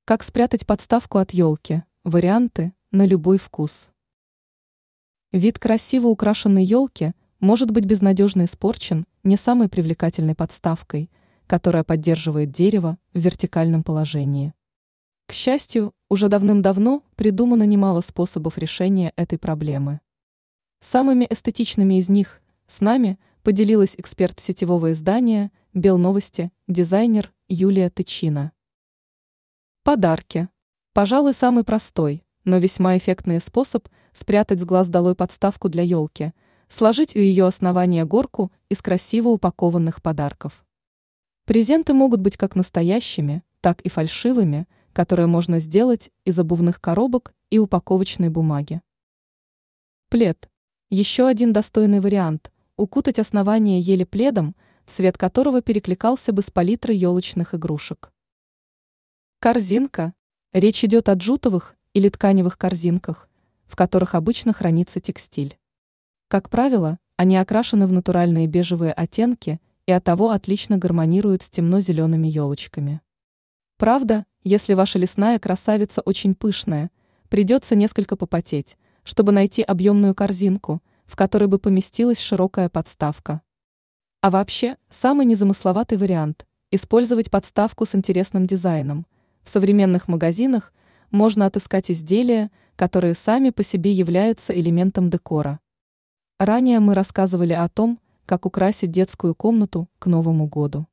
Как спрятать подставку от елки? Варианты на любой вкус. Вид красиво украшенной елки может быть безнадежно испорчен не самой привлекательной подставкой, которая поддерживает дерево в вертикальном положении. К счастью, уже давным-давно придумано немало способов решения этой проблемы. Самыми эстетичными из них с нами поделилась эксперт сетевого издания «Белновости», дизайнер Юлия Тычина. Подарки. Пожалуй, самый простой, но весьма эффектный способ спрятать с глаз долой подставку для елки – сложить у ее основания горку из красиво упакованных подарков. Презенты могут быть как настоящими, так и фальшивыми, которые можно сделать из обувных коробок и упаковочной бумаги. Плед. Еще один достойный вариант – укутать основание ели пледом, цвет которого перекликался бы с палитрой елочных игрушек. Корзинка. Речь идет о джутовых или тканевых корзинках, в которых обычно хранится текстиль. Как правило, они окрашены в натуральные бежевые оттенки и оттого отлично гармонируют с темно-зелеными елочками. Правда, если ваша лесная красавица очень пышная, придется несколько попотеть, чтобы найти объемную корзинку, в которой бы поместилась широкая подставка. А вообще, самый незамысловатый вариант – использовать подставку с интересным дизайном. В современных магазинах можно отыскать изделия, которые сами по себе являются элементом декора. Ранее мы рассказывали о том, как украсить детскую комнату к Новому году.